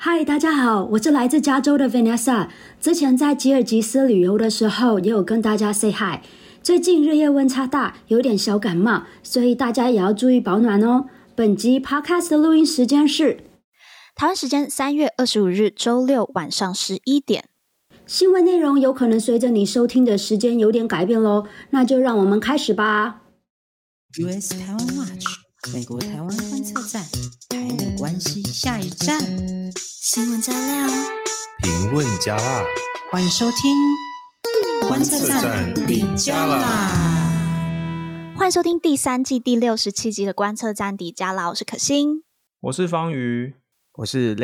嗨，大家好，我是来自加州的 Vanessa。之前在吉尔吉斯旅游的时候，也有跟大家 say hi。最近日夜温差大，有点小感冒，所以大家也要注意保暖哦。本集 podcast 的录音时间是台湾时间3月25日周六晚上11点。 新闻内容有可能随着你收听的时间有点改变咯，那就让我们开始吧。 US 台湾 Watch 美国台湾观测站，台美关系下一站， 新闻加料， 评论加辣， 欢迎收听观测站底加啦。 欢迎收听第3季第67集的观测站底加啦，我是可心， 我是方瑜， 我是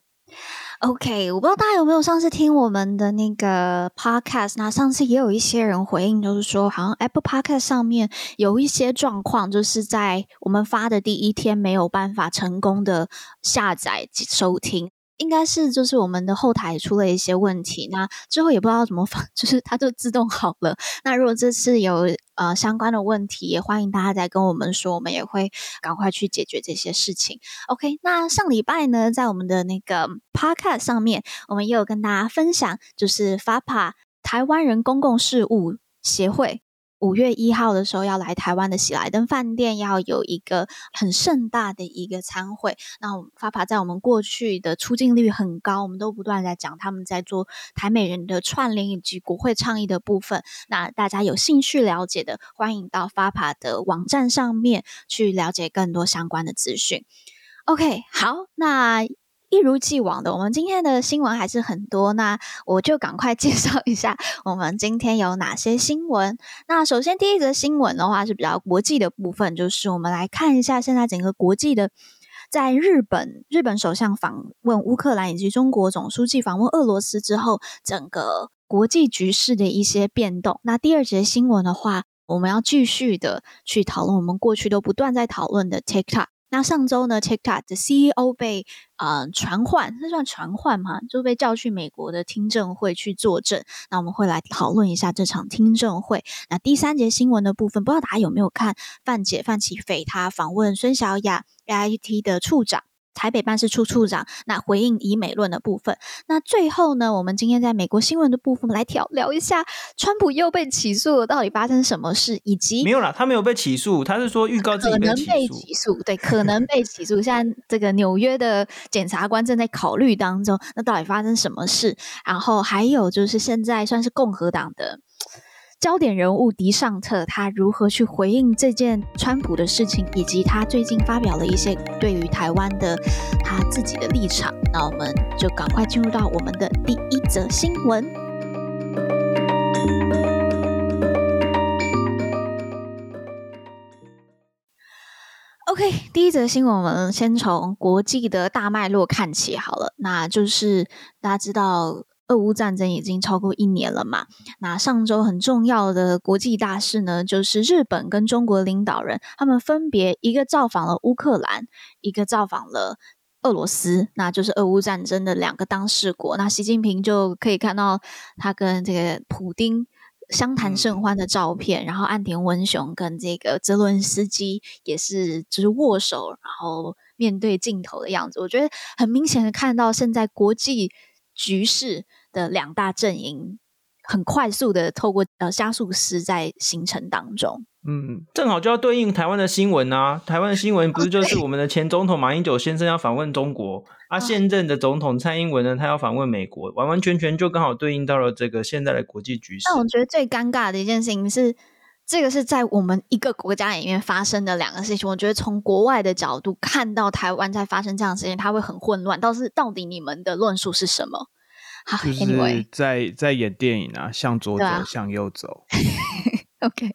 Lado。OK， 我不知道大家有没有上次听我们的那个 podcast， 那上次也有一些人回应，就是说好像 Apple Podcast 上面有一些状况，就是在我们发的第一天没有办法成功的下载收听。应该是就是我们的后台出了一些问题，那之后也不知道怎么就是它就自动好了。那如果这次有相关的问题，也欢迎大家再跟我们说，我们也会赶快去解决这些事情。OK， 那上礼拜呢，在我们的那个 podcast 上面，我们也有跟大家分享，就是 FAPA 台湾人公共事务协会5月1号的时候要来台湾的喜来登饭店，要有一个很盛大的一个餐会。那FAPA 在我们过去的出镜率很高，我们都不断在讲他们在做台美人的串联以及国会倡议的部分。那大家有兴趣了解的，欢迎到 FAPA 的网站上面去了解更多相关的资讯。OK， 好，那一如既往的，我们今天的新闻还是很多，那我就赶快介绍一下我们今天有哪些新闻。那首先第一则新闻的话是比较国际的部分，就是我们来看一下现在整个国际的，在日本首相访问乌克兰以及中国总书记访问俄罗斯之后，整个国际局势的一些变动。那第二则新闻的话，我们要继续的去讨论我们过去都不断在讨论的 TikTok。那上周呢 TikTok 的 CEO 被传唤，这算传唤吗？就被叫去美国的听证会去作证。那我们会来讨论一下这场听证会。那第三节新闻的部分，不知道大家有没有看范琪斐他访问孙小雅 AIT 的处长，台北办事处处长，那回应以美论的部分。那最后呢，我们今天在美国新闻的部分来聊一下川普又被起诉了，到底发生什么事，以及没有啦，他没有被起诉，他是说预告自己被起诉， 对，可能被起诉。现在这个纽约的检察官正在考虑当中，那到底发生什么事？然后还有就是现在算是共和党的焦点人物迪尚特，他如何去回应这件川普的事情，以及他最近发表了一些对于台湾的他自己的立场。那我们就赶快进入到我们的第一则新闻。OK， 第一则新闻我们先从国际的大脉络看起好了。那就是大家知道俄乌战争已经超过1年了嘛，那上周很重要的国际大事呢，就是日本跟中国领导人他们分别一个造访了乌克兰，一个造访了俄罗斯，那就是俄乌战争的2个当事国。那习近平就可以看到他跟这个普丁相谈甚欢的照片，然后岸田文雄跟这个泽伦斯基也是就是握手，然后面对镜头的样子。我觉得很明显的看到现在国际局势的2大阵营很快速的透过加速师在形成当中。 正好就要对应台湾的新闻啊。台湾的新闻不是就是我们的前总统马英九先生要访问中国现任的总统蔡英文呢，他要访问美国，完完全全就刚好对应到了这个现在的国际局势。 但我觉得最尴尬的一件事情是，这个是在我们一个国家里面发生的2个事情。我觉得从国外的角度看到台湾在发生这样的事情，它会很混乱。到底你们的论述是什么？好， 就是 anyway 在演电影啊，向左走，向右走。 OK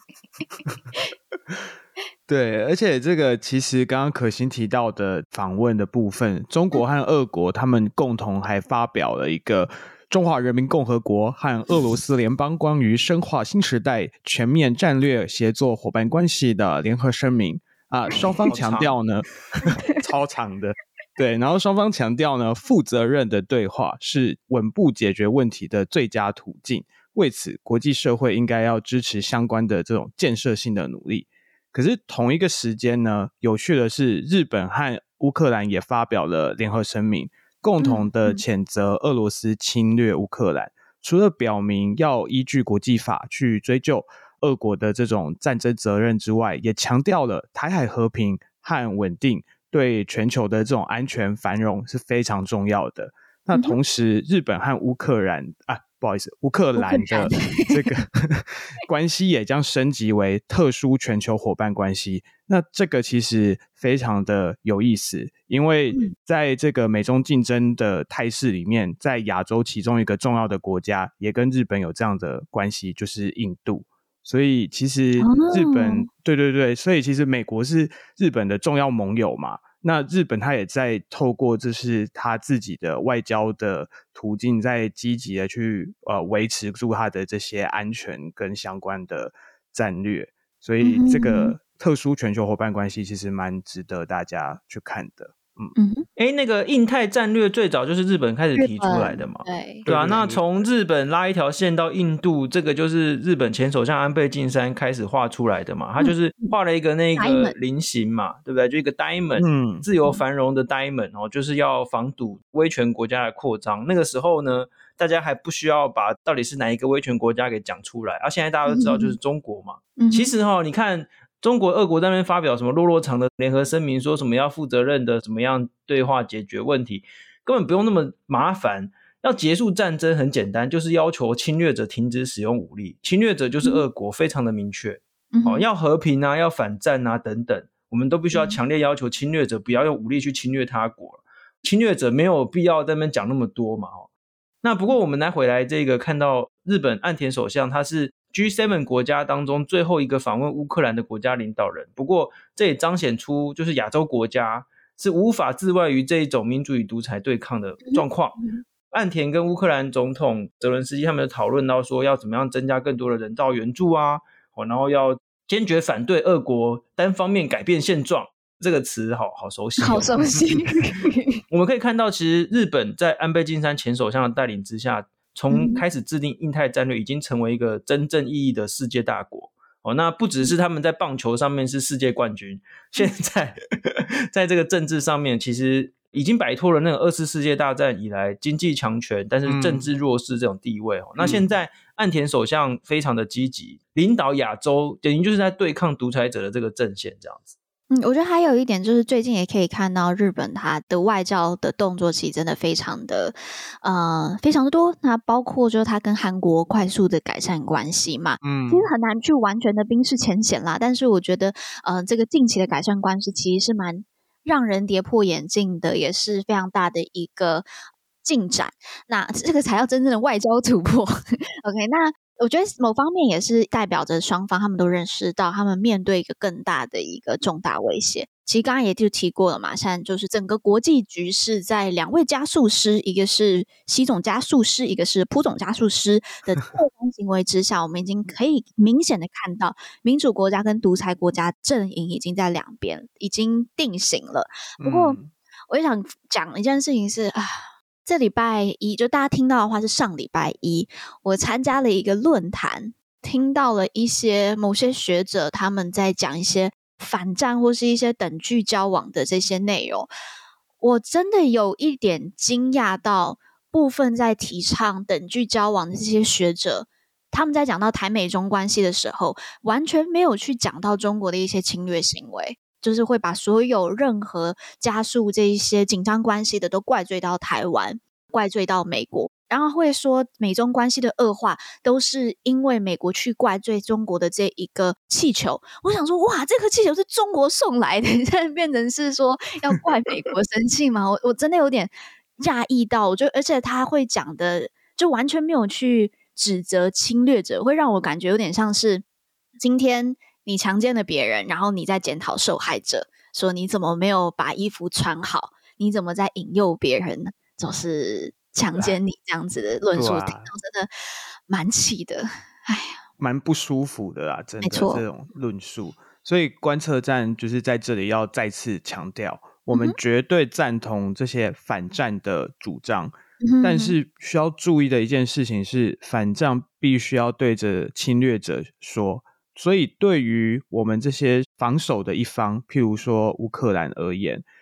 对，而且这个其实刚刚可心提到的访问的部分，中国和俄国他们共同还发表了一个中华人民共和国和俄罗斯联邦关于深化新时代全面战略协作伙伴关系的联合声明双方强调呢超长的，对，然后双方强调呢，负责任的对话是稳步解决问题的最佳途径，为此国际社会应该要支持相关的这种建设性的努力。可是同一个时间呢，有趣的是日本和乌克兰也发表了联合声明， 共同的谴责俄罗斯侵略乌克兰，除了表明要依据国际法去追究俄国的这种战争责任之外，也强调了台海和平和稳定对全球的这种安全繁荣是非常重要的。那同时日本和乌克兰的这个关系也将升级为特殊全球伙伴关系。那这个其实非常的有意思，因为在这个美中竞争的态势里面，在亚洲其中一个重要的国家也跟日本有这样的关系，就是印度。所以其实日本对，所以其实美国是日本的重要盟友嘛，那日本他也在透过就是他自己的外交的途径，在积极的去维持住他的这些安全跟相关的战略，所以这个特殊全球伙伴关系其实蛮值得大家去看的。 那个印太战略最早就是日本开始提出来的嘛，对啊，那从日本拉一条线到印度，这个就是日本前首相安倍晋三开始画出来的嘛，他就是画了一个那个菱形嘛，对不对？就一个 diamond，自由繁荣的 diamond，就是要防堵威权国家的扩张。那个时候呢，大家还不需要把到底是哪一个威权国家给讲出来，现在大家都知道就是中国嘛。其实你看中国俄国在那边发表什么落长的联合声明，说什么要负责任的怎么样对话解决问题，根本不用那么麻烦。要结束战争很简单，就是要求侵略者停止使用武力，侵略者就是俄国，非常的明确。要和平啊，要反战啊等等，我们都必须要强烈要求侵略者不要用武力去侵略他国，侵略者没有必要在那边讲那么多嘛。那不过我们来回来这个看到日本岸田首相，他是G7 国家当中最后一个访问乌克兰的国家领导人，不过这也彰显出就是亚洲国家是无法自外于这一种民主与独裁对抗的状况。岸田跟乌克兰总统泽伦斯基他们讨论到说要怎么样增加更多的人道援助啊，然后要坚决反对俄国单方面改变现状，这个词好熟悉好熟悉我们可以看到其实日本在安倍晋三前首相的带领之下，从开始制定印太战略已经成为一个真正意义的世界大国。那不只是他们在棒球上面是世界冠军，现在在这个政治上面其实已经摆脱了那个2次世界大战以来经济强权但是政治弱势这种地位。那现在岸田首相非常的积极，领导亚洲等于就是在对抗独裁者的这个阵线这样子。 我觉得还有一点就是最近也可以看到日本它的外交的动作其实真的非常的多，那包括就是它跟韩国快速的改善关系嘛，其实很难去完全的冰释前嫌啦，但是我觉得这个近期的改善关系其实是蛮让人跌破眼镜的，也是非常大的一个进展，那这个才叫真正的外交突破OK， 那我觉得某方面也是代表着双方他们都认识到他们面对一个更大的一个重大威胁。其实刚刚也就提过了嘛，现在就是整个国际局势在2位加速师，一个是习总加速师，一个是朴总加速师的扩张行为之下，我们已经可以明显的看到民主国家跟独裁国家阵营已经在两边已经定型了。不过我也想讲一件事情是这礼拜一就大家听到的话是上礼拜一我参加了一个论坛，听到了某些学者他们在讲一些反战或是一些等距交往的这些内容，我真的有一点惊讶到部分在提倡等距交往的这些学者，他们在讲到台美中关系的时候完全没有去讲到中国的一些侵略行为，就是会把所有任何加速这一些紧张关系的都怪罪到台湾，怪罪到美国，然后会说美中关系的恶化都是因为美国去怪罪中国的这一个气球。我想说哇，这个气球是中国送来的，现在变成是说要怪美国生气吗？我真的有点讶异到，而且他会讲的就完全没有去指责侵略者，会让我感觉有点像是今天你强奸了别人，然后你在检讨受害者，说你怎么没有把衣服穿好，你怎么在引诱别人就是强奸你这样子的论述，听到真的蛮气的，哎呀， 蛮不舒服的啦，真的这种论述。所以观测站就是在这里要再次强调，我们绝对赞同这些反战的主张，但是需要注意的一件事情是，反战必须要对着侵略者说。所以对于我们这些防守的一方，譬如说乌克兰而言，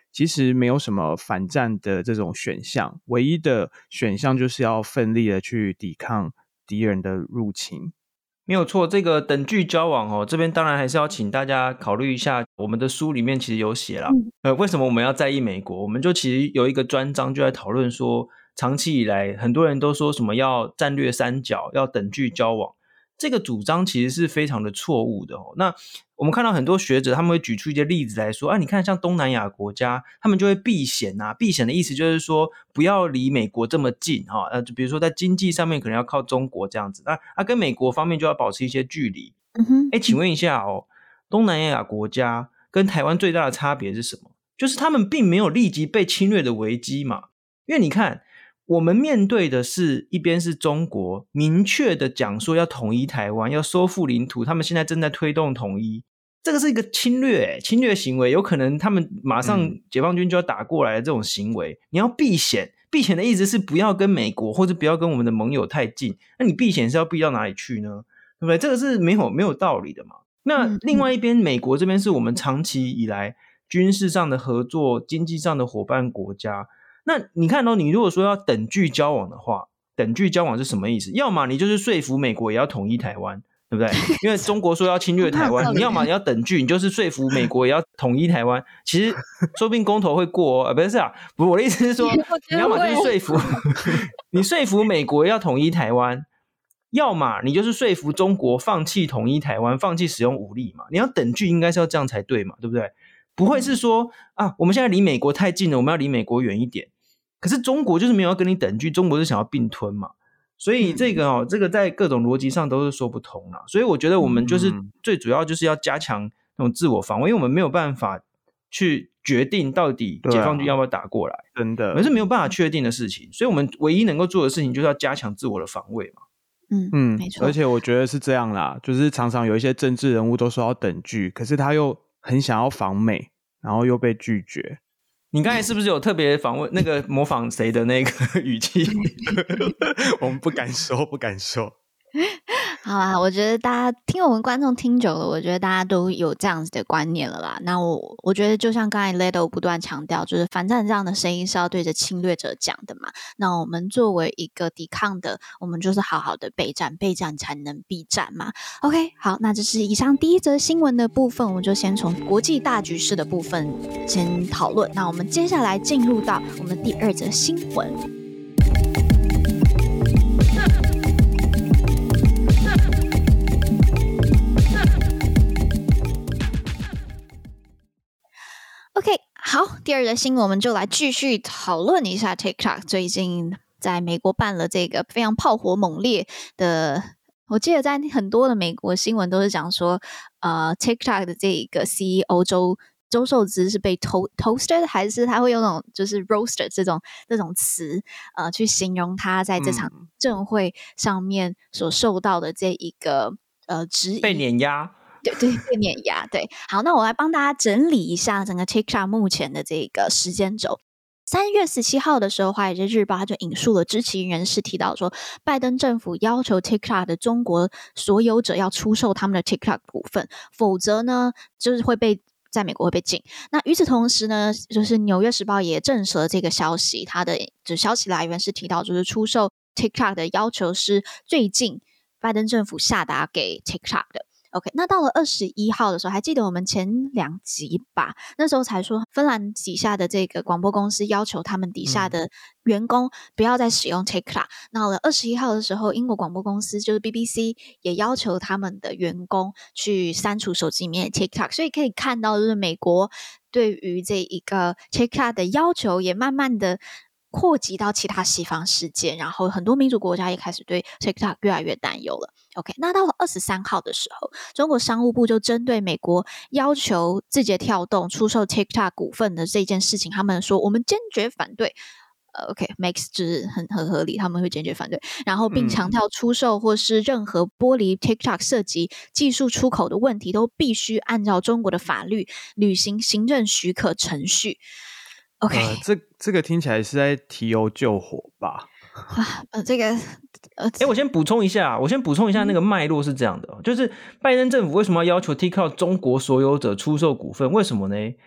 其实没有什么反战的这种选项，唯一的选项就是要奋力的去抵抗敌人的入侵。 没有错，这个等距交往这边当然还是要请大家考虑一下，我们的书里面其实有写啦，为什么我们要在意美国？我们就其实有一个专章就在讨论说，长期以来很多人都说什么要战略三角，要等距交往，这个主张其实是非常的错误的那我们看到很多学者他们会举出一些例子来说，你看像东南亚国家，他们就会避险避险的意思就是说不要离美国这么近就比如说在经济上面可能要靠中国这样子，跟美国方面就要保持一些距离。请问一下东南亚国家跟台湾最大的差别是什么？就是他们并没有立即被侵略的危机嘛。因为你看我们面对的是一边是中国明确的讲说要统一台湾，要收复领土，他们现在正在推动统一，这个是一个侵略行为，有可能他们马上解放军就要打过来的这种行为，你要避险，避险的意思是不要跟美国或者不要跟我们的盟友太近，那你避险是要避到哪里去呢？对不对？这个是没有道理的嘛。那另外一边美国这边是我们长期以来军事上的合作，经济上的伙伴国家，那你看你如果说要等距交往的话，等距交往是什么意思？要么你就是说服美国也要统一台湾，对不对？因为中国说要侵略台湾，你要么你要等距，你就是说服美国也要统一台湾。其实说不定公投会过不是不是我的意思是说，你要么就是说服你说服美国要统一台湾，要么你就是说服中国放弃统一台湾，放弃使用武力嘛。你要等距应该是要这样才对嘛，对不对？不会是说我们现在离美国太近了，我们要离美国远一点。可是中国就是没有要跟你等距，中国是想要并吞嘛。所以这个这个在各种逻辑上都是说不通啦。所以我觉得我们就是最主要就是要加强那种自我防卫，因为我们没有办法去决定到底解放军要不要打过来， 真的， 可是没有办法确定的事情。所以我们唯一能够做的事情就是要加强自我的防卫嘛。 没错。 而且我觉得是这样啦，就是常常有一些政治人物都说要等距，可是他又很想要访美，然后又被拒绝。 你刚才是不是有特别访问那个模仿谁的那个语气？ 我们不敢说。 好啦，我觉得大家听我们观众听久了，我觉得大家都有这样子的观念了啦。那我觉得就像刚才 Ledo 不断强调，就是反战这样的声音是要对着侵略者讲的嘛。那我们作为一个抵抗的，我们就是好好的备战，备战才能避战嘛。OK， 好，那这是以上第一则新闻的部分，我们就先从国际大局势的部分先讨论。那我们接下来进入到我们第二则新闻。OK， 好，第二则新闻我们就来继续讨论一下 TikTok 最近在美国办了这个非常炮火猛烈的，我记得在很多的美国新闻都是讲说TikTok 的这个 CEO 周受资是被 toasted， 还是他会用那种就是 roasted 这种词去形容他在这场政会上面所受到的这一个质疑， 被碾压。 对，被碾压。对，好，那我来帮大家整理一下整个 TikTok 目前的这个时间轴。3月17号的时候，《华尔街日报》他就引述了知情人士提到说，拜登政府要求 TikTok 的中国所有者要出售他们的 TikTok 股份，否则呢，就是在美国会被禁。那与此同时呢，就是《纽约时报》也证实了这个消息，它的消息来源是提到，就是出售 TikTok 的要求是最近拜登政府下达给 TikTok 的。OK， 那到了21号的时候，还记得我们前2集吧？那时候才说芬兰底下的这个广播公司要求他们底下的员工不要再使用 TikTok。到了21号的时候，英国广播公司就是 BBC 也要求他们的员工去删除手机里面的 TikTok。所以可以看到，就是美国对于这一个 TikTok 的要求也慢慢的扩及到其他西方世界，然后很多民主国家也开始对 TikTok 越来越担忧了。OK， 那到了23号的时候，中国商务部就针对美国要求字节跳动出售 TikTok 股份的这件事情，他们说我们坚决反对。OK，makes 就是很合理，他们会坚决反对，然后并强调出售或是任何剥离 TikTok 涉及技术出口的问题，都必须按照中国的法律履行行政许可程序。OK， 这个听起来是在提油救火吧？ 这个我先补充一下那个脉络是这样的，就是拜登政府为什么要求 TikTok 中国所有者出售股份？为什么呢？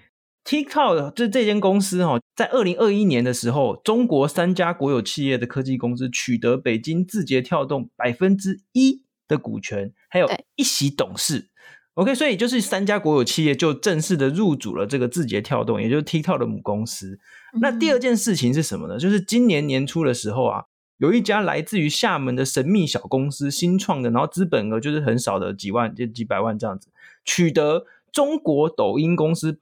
TikTok 这间公司在2021年的时候，中国3家国有企业的科技公司取得北京字节跳动 1% 的股权，还有1席董事。OK， 所以就是3家国有企业就正式的入主了这个字节跳动，也就是 TikTok 的母公司。那第二件事情是什么呢？就是今年年初的时候啊，有一家来自于厦门的神秘小公司新创的，然后资本额就是很少的几万就几百万这样子，取得中国抖音公司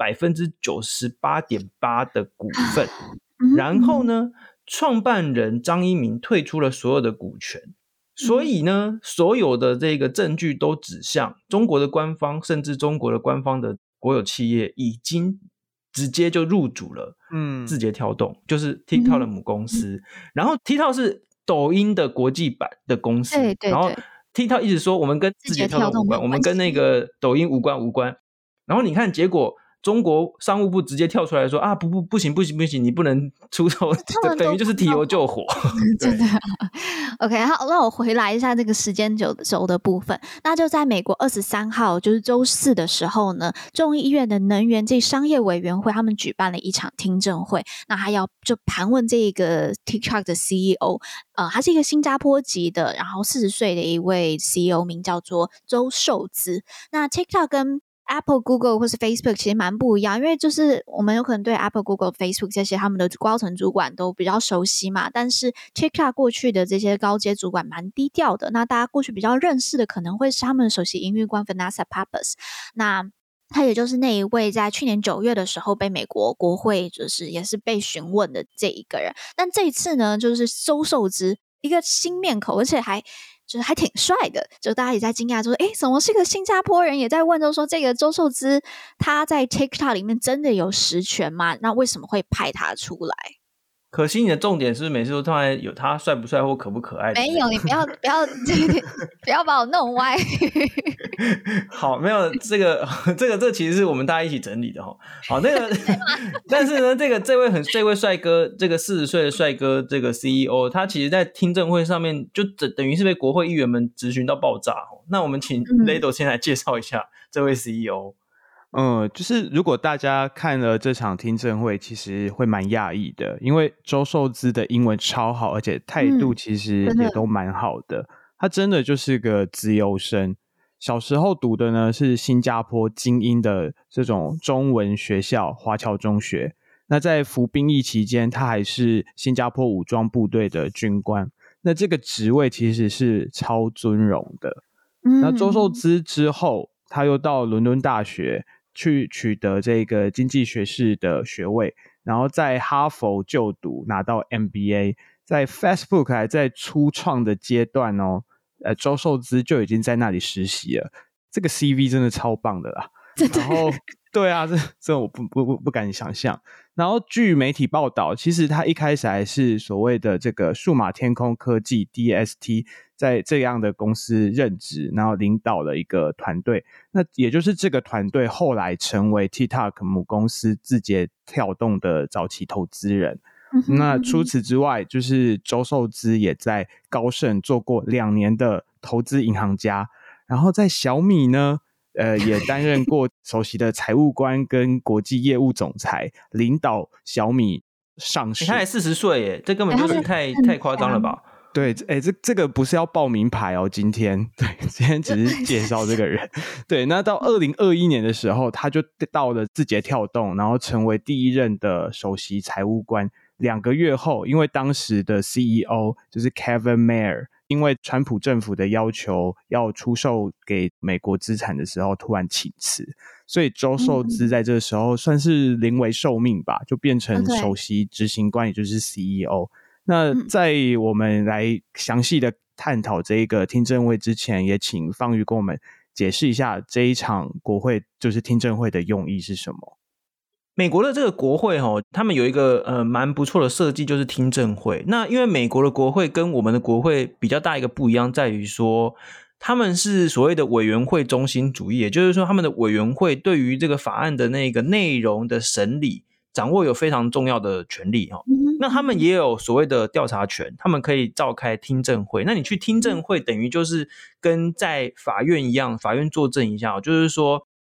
98.8% 的股份。然后呢，创办人张一鸣退出了所有的股权。所以呢，所有的这个证据都指向中国的官方，甚至中国的官方的国有企业已经直接就入主了字节跳动，就是 TikTok 的母公司。然后 TikTok 是抖音的国际版的公司， 对， 然后 TikTok 一直说我们跟字节跳动无关，我们跟那个抖音无关。然后你看结果，中国商务部直接跳出来说啊，不行，你不能出手，等于就是提油救火。 真的。OK， 好，让我回来一下这个时间轴的部分。那就在美国23号，就是周四的时候呢，众议院的能源及商业委员会他们举办了一场听证会，那他要就盘问这个 TikTok 的 CEO，他是一个新加坡籍的，然后40岁的一位 CEO， 名叫做周受资。那 TikTok 跟Apple、Google 或是 Facebook 其实蛮不一样，因为就是我们有可能对 Apple、Google、Facebook 这些他们的高层主管都比较熟悉嘛，但是 TikTok 过去的这些高阶主管蛮低调的。那大家过去比较认识的可能会是他们的首席营运官 Vanessa Pappas， 那他也就是那一位在去年9月的时候被美国国会就是也是被询问的这一个人。但这一次呢，就是周受资一个新面孔，而且还挺帅的，就大家也在惊讶说怎么是个新加坡人，也在问就说这个周受资他在 TikTok 里面真的有实权吗？那为什么会派他出来？ 可惜你的重点是不是每次都突然有他帅不帅或可不可爱？ 没有，你不要不要把我弄歪。 好，没有这个其实是我们大家一起整理的齁。好，那个但是呢，这位帅哥，这个40岁的帅哥，这个 CEO， 他其实在听证会上面就等于是被国会议员们质询到爆炸。那我们请 Lado 先来介绍一下这位 CEO。 就是如果大家看了这场听证会，其实会蛮讶异的，因为周受资的英文超好，而且态度其实也都蛮好的。他真的就是个资优生，小时候读的呢是新加坡精英的这种中文学校华侨中学。那在服兵役期间，他还是新加坡武装部队的军官。那这个职位其实是超尊荣的。那周受资之后，他又到伦敦大学去取得这个经济学士的学位，然后在哈佛就读拿到 MBA， 在 Facebook 还在初创的阶段周受资就已经在那里实习了。这个 CV 真的超棒的啦。然后对啊，这我不敢想象。然后据媒体报道，其实他一开始还是所谓的这个数码天空科技 DST， 在这样的公司任职，然后领导了一个团队。那也就是这个团队后来成为 TikTok 母公司字节跳动的早期投资人。那除此之外，就是周受资也在高盛做过2年的投资银行家，然后在小米呢也担任过首席的财务官跟国际业务总裁，领导小米上市。 他才40岁耶，这根本就是太夸张了吧？ 对，这个不是要报名牌哦，今天只是介绍这个人。对，那到2021年的时候，他就到了字节跳动，然后成为第1任的首席财务官。2个月后，因为当时的 CEO 就是 Kevin Mayer， 因为川普政府的要求要出售给美国资产的时候突然请辞，所以周受资在这个时候算是临危受命吧，就变成首席执行官，也就是 CEO。那在我们来详细的探讨这一个听证会之前，也请方瑜跟我们解释一下这一场国会就是听证会的用意是什么。 美国的这个国会他们有一个蛮不错的设计，就是听证会。那因为美国的国会跟我们的国会比较大一个不一样，在于说他们是所谓的委员会中心主义，也就是说他们的委员会对于这个法案的那个内容的审理掌握有非常重要的权利那他们也有所谓的调查权，他们可以召开听证会。那你去听证会等于就是跟在法院一样，法院作证一下就是说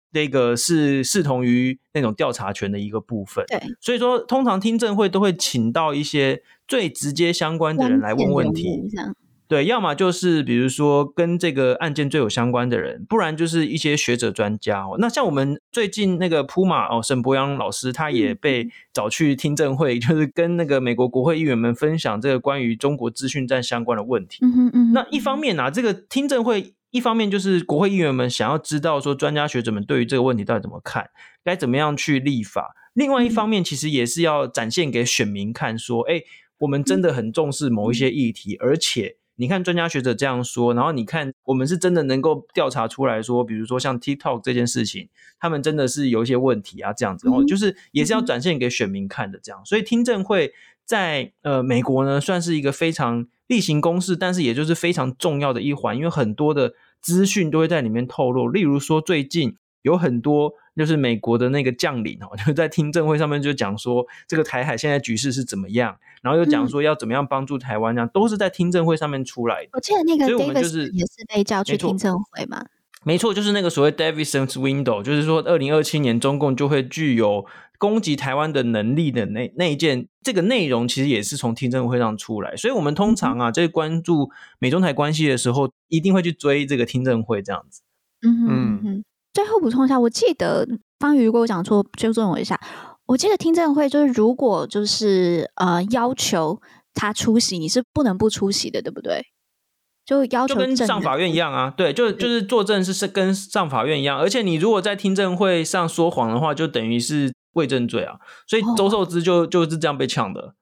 这个是视同于那种调查权的一个部分。 对， 所以说通常听证会都会请到一些最直接相关的人来问问题。对，要么就是比如说跟这个案件最有相关的人，不然就是一些学者专家。那像我们最近那个普马沈伯洋老师，他也被找去听证会，就是跟那个美国国会议员们分享这个关于中国资讯战相关的问题。那一方面这个听证会一方面就是国会议员们想要知道说专家学者们对于这个问题到底怎么看，该怎么样去立法。另外一方面其实也是要展现给选民看说，我们真的很重视某一些议题，而且你看专家学者这样说，然后你看我们是真的能够调查出来说，比如说像 TikTok 这件事情，他们真的是有一些问题啊这样子，然后就是也是要展现给选民看的这样。所以听证会在美国呢算是一个非常例行公事，但是也就是非常重要的一环，因为很多的资讯都会在里面透露。例如说最近有很多就是美国的那个将领就在听证会上面就讲说这个台海现在局势是怎么样，然后又讲说要怎么样帮助台湾，这样都是在听证会上面出来的。 我记得那个 Davis 也是被叫去听证会嘛。 没错，就是那个所谓 Davison's Window， 就是说2027年中共就会具有攻击台湾的能力的那一件，这个内容其实也是从听证会上出来。所以我们通常在关注美中台关系的时候，一定会去追这个听证会这样子。 最后补充一下，我记得方瑜如果我讲错纠正我一下，我记得听证会就是如果就是要求他出席，你是不能不出席的，对不对？就要求就跟上法院一样啊，对，就是作证是跟上法院一样，而且你如果在听证会上说谎的话，就等于是伪证罪啊，所以周受资就是这样被呛的。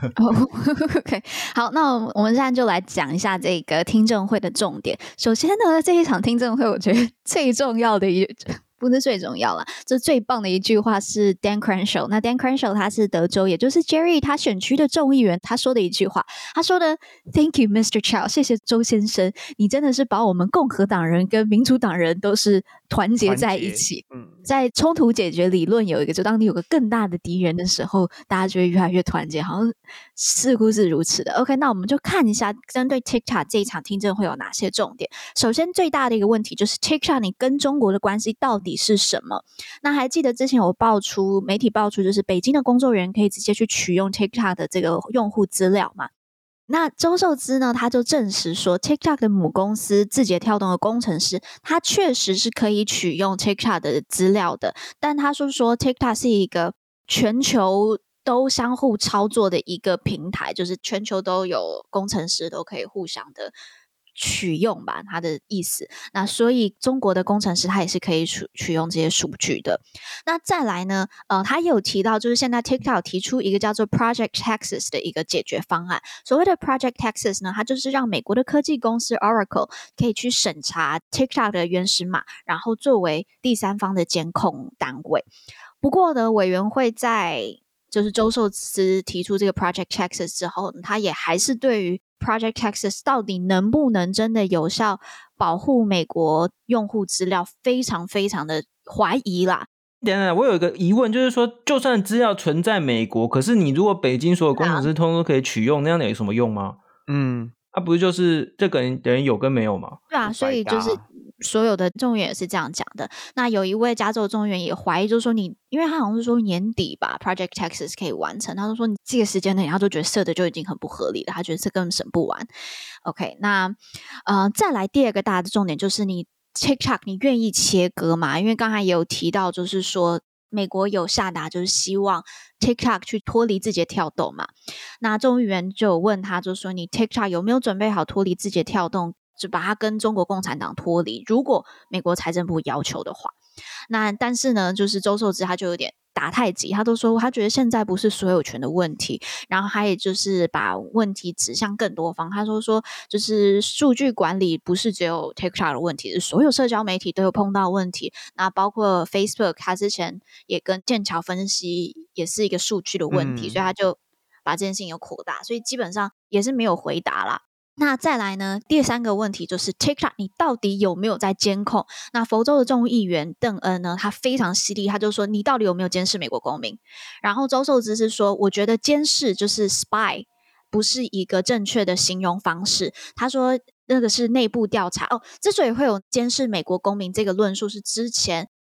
OK， 好，那我们现在就来讲一下这个听证会的重点。首先呢，这一场听证会，我觉得最重要的不是最重要啦，这最棒的一句话是 Dan Crenshaw。那 Dan Crenshaw 他是德州，也就是 Jerry 他选区的众议员，他说的一句话，他说的 Thank you, Mr. Chow， 谢谢周先生，你真的是把我们共和党人跟民主党人都是团结在一起。在冲突解决理论有一个，就当你有个更大的敌人的时候，大家就会越来越团结，好像似乎是如此的。OK， 那我们就看一下针对 TikTok 这一场听证会有哪些重点。首先最大的一个问题就是 TikTok 你跟中国的关系到底是什么？那还记得之前有媒体爆出就是北京的工作人员可以直接去取用 TikTok 的这个用户资料嘛？那周受资呢，他就证实说 TikTok 的母公司字节跳动的工程师，他确实是可以取用 TikTok 的资料的，但他说 TikTok 是一个全球都相互操作的一个平台，就是全球都有工程师都可以互相的取用吧，他的意思。那所以中国的工程师他也是可以取用这些数据的。那再来呢，他也有提到，就是现在 TikTok 提出一个叫做 Project Texas 的一个解决方案。所谓的 Project Texas 呢，它就是让美国的科技公司 Oracle 可以去审查 TikTok 的原始码，然后作为第三方的监控单位。不过呢，委员会在就是周受资提出这个 Project Texas 之后，他也还是对于Project Texas 到底能不能真的有效保护美国用户资料非常非常的怀疑啦。 等等，我有一个疑问，就是说就算资料存在美国，可是你如果北京所有工程师通通都可以取用，那样有什么用吗？不是就是这个等于有跟没有吗？ 对啊，所以就是所有的众议员也是这样讲的。那有一位加州众议员也怀疑，就是说因为他好像是说年底吧 Project Texas 可以完成，他就说你这个时间内他就觉得设的就已经很不合理了，他觉得这根本审不完。 OK， 那再来第二个大的重点就是你 TikTok 你愿意切割吗？因为刚才也有提到，就是说美国有下达就是希望 TikTok 去脱离字节跳动嘛。那众议员就有问他，就说你 TikTok 有没有准备好脱离字节跳动，就把它跟中国共产党脱离，如果美国财政部要求的话。那但是呢，就是周受资他就有点打太极，他都说他觉得现在不是所有权的问题，然后他也就是把问题指向更多方。他说就是数据管理不是只有 TikTok 的问题，是所有社交媒体都有碰到问题，那包括 Facebook 他之前也跟剑桥分析也是一个数据的问题，所以他就把这件事情有扩大，所以基本上也是没有回答啦。那再来呢，第三个问题就是 TikTok 你到底有没有在监控？那佛州的众议员邓恩呢，他非常犀利，他就说你到底有没有监视美国公民？然后周受资是说，我觉得监视就是 spy 不是一个正确的形容方式。他说那个是内部调查之所以会有监视美国公民这个论述，是之前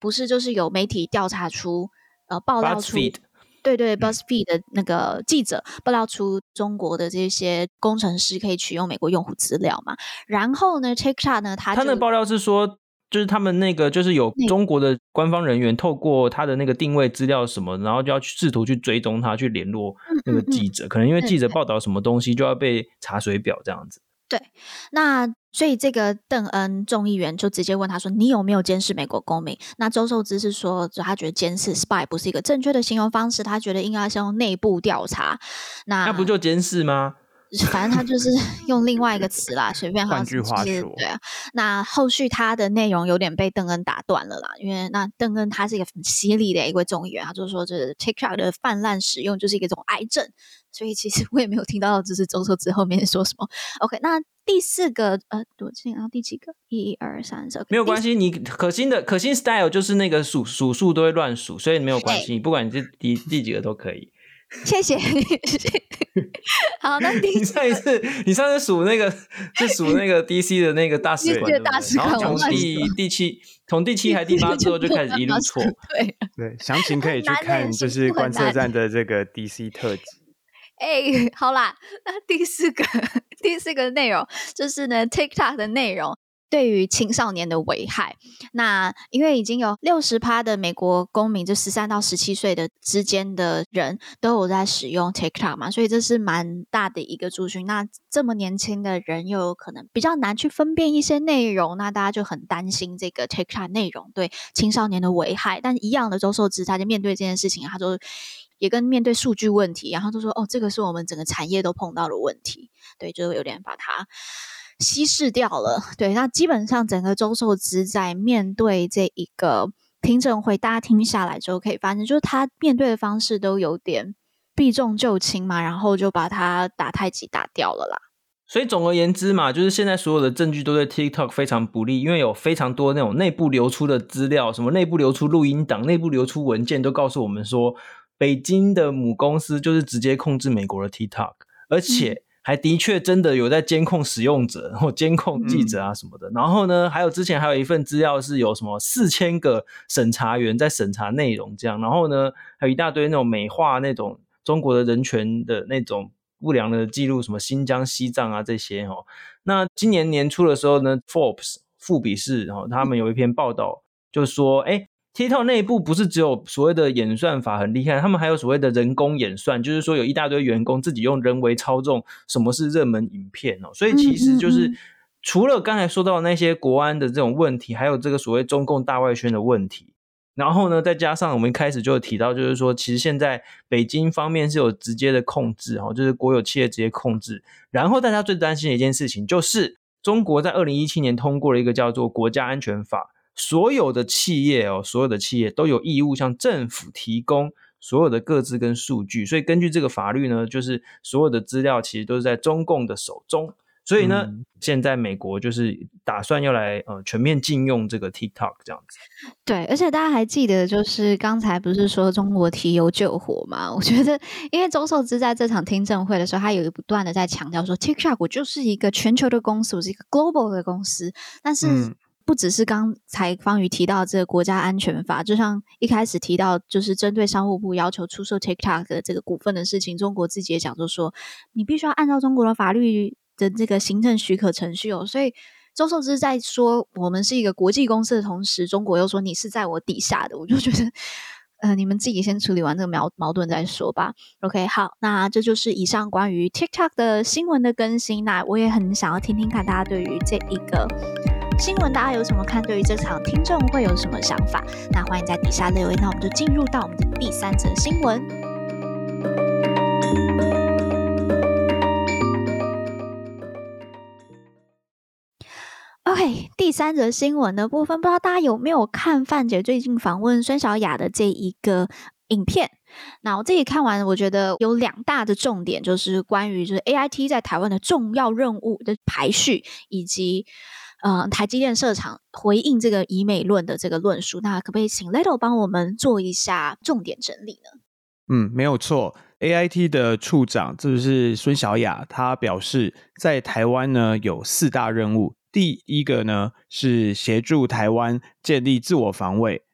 不是就是有媒体调查出爆料出 BuzzFeed 对 BuzzFeed 的那个记者爆料出中国的这些工程师可以取用美国用户资料嘛，然后呢 TikTok 呢他那爆料是说就是他们那个就是有中国的官方人员透过他的那个定位资料什么，然后就要试图去追踪他，去联络那个记者，可能因为记者报道什么东西就要被查水表这样子。 对，那所以这个邓恩众议员就直接问他说你有没有监视美国公民，那周受资是说就他觉得监视 spy 不是一个正确的形容方式，他觉得应该是用内部调查。那不就监视吗？ 反正他就是用另外一个词啦，随便他换句话说， 对啊。那后续他的内容有点被邓恩打断了啦，因为那邓恩他是一个很犀利的一位众议员，他就说这 TikTok 的泛滥使用就是一种癌症，所以其实我也没有听到就是周受资后面说什么。OK， 那第四个我记得第几个？1、2、3、4， 没有关系，你可心 style 就是那个数数都会乱数，所以没有关系，不管你是第几个都可以。 谢谢。好，那你上次数那个是数那个 DC 的那个大使馆，然后从第七还第8之后就开始一路错。 对，详情可以去看就是观测站的这个 DC 特辑。 好啦，那第四个内容就是呢 TikTok 的内容对于青少年的危害。那因为已经有 60% 的美国公民，就13到17岁的之间的人都有在使用 TikTok 嘛，所以这是蛮大的一个族群。那这么年轻的人又有可能比较难去分辨一些内容，那大家就很担心这个 TikTok 内容对青少年的危害。但一样的周受资他就面对这件事情，他就也跟面对数据问题，然后就说这个是我们整个产业都碰到的问题，对，就有点把它稀释掉了。对，那基本上整个周受资在面对这一个听证会，大家听下来之后可以发现，就是他面对的方式都有点避重就轻嘛，然后就把他打太极打掉了啦。 所以总而言之嘛，就是现在所有的证据都对 TikTok 非常不利，因为有非常多那种内部流出的资料，什么内部流出录音档、内部流出文件，都告诉我们说北京的母公司就是直接控制美国的 TikTok， 而且还的确真的有在监控使用者或监控记者啊什么的。然后呢，之前还有一份资料是有什么4000个审查员在审查内容这样，然后呢还有一大堆那种美化那种中国的人权的那种不良的记录，什么新疆、西藏啊这些。那今年年初的时候呢 Forbes 富比士他们有一篇报道就说TikTok 内部不是只有所谓的演算法很厉害，他们还有所谓的人工演算，就是说有一大堆员工自己用人为操纵什么是热门影片所以其实就是除了刚才说到的那些国安的这种问题，还有这个所谓中共大外宣的问题，然后呢再加上我们一开始就有提到，就是说其实现在北京方面是有直接的控制就是国有企业直接控制。然后大家最担心的一件事情就是中国在2017年通过了一个叫做国家安全法，所有的企业都有义务向政府提供所有的个资跟数据，所以根据这个法律呢，就是所有的资料其实都是在中共的手中。所以呢现在美国就是打算要来全面禁用这个 TikTok 这样子。 对，而且大家还记得就是刚才不是说中国提油救火吗？我觉得因为周受资在这场听证会的时候，他有不断的在强调说 TikTok 我就是一个全球的公司，我是一个 global 的公司，但是不只是刚才方瑜提到这个国家安全法，就像一开始提到就是针对商务部要求出售 TikTok 的这个股份的事情，中国自己也讲就说你必须要按照中国的法律的这个行政许可程序所以周受资在说我们是一个国际公司的同时，中国又说你是在我底下的，我就觉得你们自己先处理完这个矛盾再说吧。 OK， 好，那这就是以上关于 TikTok 的新闻的更新。那我也很想要听听看大家对于这一个新闻大家有什么看，对于这场听证会有什么想法，那欢迎在底下留言。那我们就进入到我们的第3则新闻。OK， 第3则新闻的部分，不知道大家有没有看范姐最近访问孙小雅的这一个影片。那我自己看完，我觉得有2大的重点，就是关于就是 AIT 在台湾的重要任务的排序，以及台积电设厂回应这个以美论的这个论述。那可不可以请 Leto 帮我们做一下重点整理呢？ 没有错。AIT 的处长就是孙小雅，他表示在台湾呢有4大任务。第一个呢是协助台湾建立自我防卫，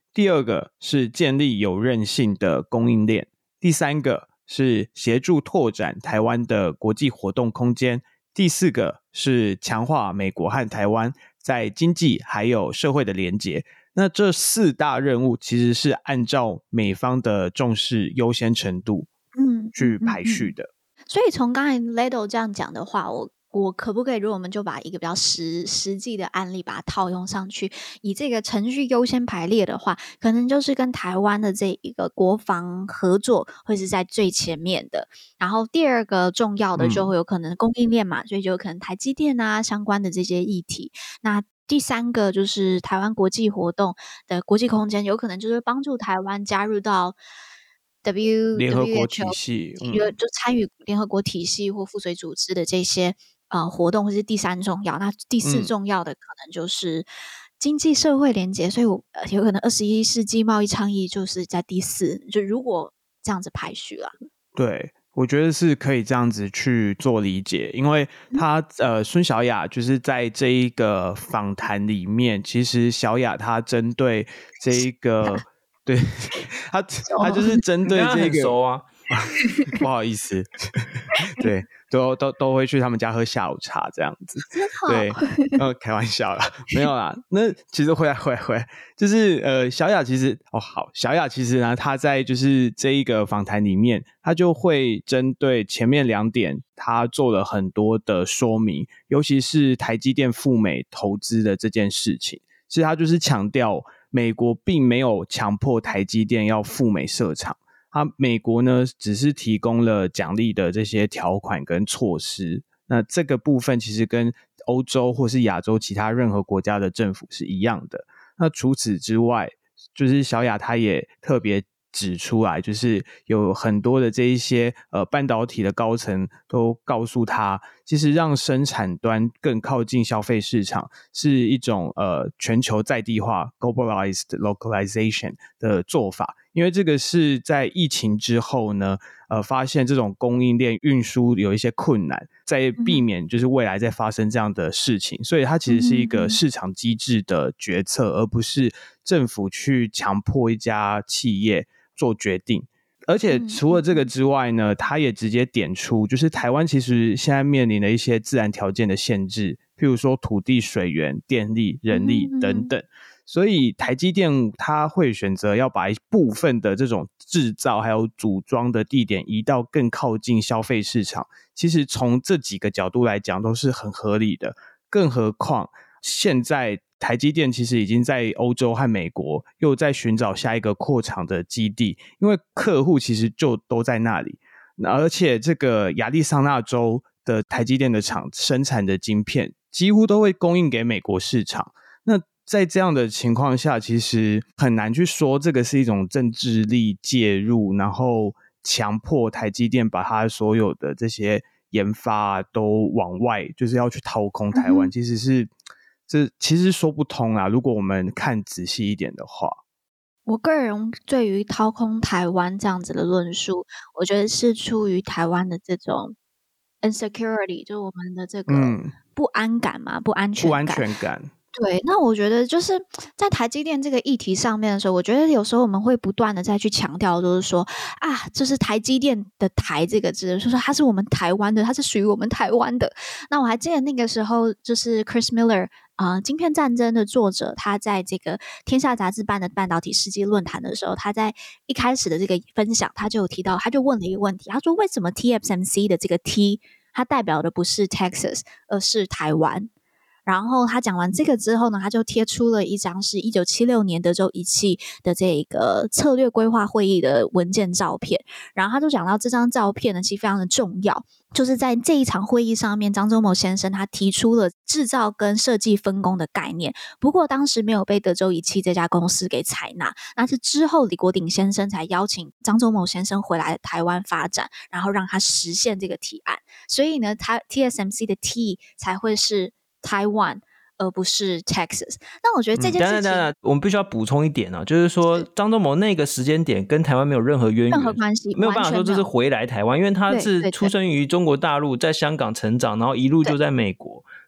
第二个是建立有韧性的供应链，第三个是协助拓展台湾的国际活动空间，第四个是强化美国和台湾在经济还有社会的连结。那这4大任务其实是按照美方的重视优先程度去排序的。 所以从刚才 Ledo 这样讲的话，我可不可以，如果我们就把一个比较实际的案例把它套用上去，以这个程序优先排列的话，可能就是跟台湾的这一个国防合作会是在最前面的，然后第二个重要的就会有可能供应链嘛，所以就有可能台积电啊相关的这些议题。那第三个就是台湾国际活动的国际空间，有可能就是帮助台湾加入到联合国体系， 就参与联合国体系或附随组织的这些活动，或是第三重要。那第四重要的可能就是经济社会连结，所以有可能21世纪贸易倡议就是在第4，就如果这样子排序啦。 对，我觉得是可以这样子去做理解，因为他孙小雅就是在这一个访谈里面，其实小雅她针对这一个对他就是针对这个熟啊不好意思对，都会去他们家喝下午茶这样子，对，开玩笑啦，没有啦。那其实回来就是小雅其实小雅其实呢，她在就是这一个访谈里面，她就会针对前面2点她做了很多的说明，尤其是台积电赴美投资的这件事情，其实她就是强调美国并没有强迫台积电要赴美设厂，美国呢只是提供了奖励的这些条款跟措施，那这个部分其实跟欧洲或是亚洲其他任何国家的政府是一样的。那除此之外，就是小雅她也特别指出来，就是有很多的这一些半导体的高层都告诉他，其实让生产端更靠近消费市场是一种全球在地化 globalized localization 的做法，因为这个是在疫情之后呢发现这种供应链运输有一些困难，在避免就是未来再发生这样的事情，所以它其实是一个市场机制的决策，而不是政府去强迫一家企业做决定。而且除了这个之外呢，他也直接点出就是台湾其实现在面临的一些自然条件的限制，譬如说土地、水源、电力、人力等等，所以台积电它会选择要把一部分的这种制造还有组装的地点移到更靠近消费市场，其实从这几个角度来讲都是很合理的。更何况现在台积电其实已经在欧洲和美国又在寻找下一个扩厂的基地，因为客户其实就都在那里，而且这个亚利桑那州的台积电的厂生产的晶片几乎都会供应给美国市场。那在这样的情况下，其实很难去说这个是一种政治力介入，然后强迫台积电把它所有的这些研发都往外，就是要去掏空台湾，其实是这其实说不通啊，如果我们看仔细一点的话。 我个人对于掏空台湾这样子的论述，我觉得是出于台湾的这种 insecurity， 就是我们的这个不安感嘛，不安全感。对，那我觉得就是在台积电这个议题上面的时候，我觉得有时候我们会不断的再去强调，就是说就是台积电的台这个字，就是说它是我们台湾的，它是属于我们台湾的。那我还记得那个时候就是 Chris Miller晶片战争的作者，他在这个天下杂志办的半导体世纪论坛的时候，他在一开始的这个分享，他就有提到，他就问了一个问题，他说为什么 TSMC 的这个 T 它代表的不是 Texas 而是台湾。然后他讲完这个之后呢，他就贴出了一张是1976年德州仪器的这个策略规划会议的文件照片，然后他就讲到这张照片呢其实非常的重要，就是在这一场会议上面，张忠谋先生他提出了制造跟设计分工的概念，不过当时没有被德州仪器这家公司给采纳，那是之后李国鼎先生才邀请张忠谋先生回来台湾发展，然后让他实现这个提案，所以呢TSMC 的 T 才会是Taiwan而不是 Texas。 那我觉得这件事情我们必须要补充一点就是说张忠谋那个时间点跟台湾没有任何渊源， 任何关系， 没有办法说这是回来台湾，因为他是出生于中国大陆，在香港成长，然后一路就在美国，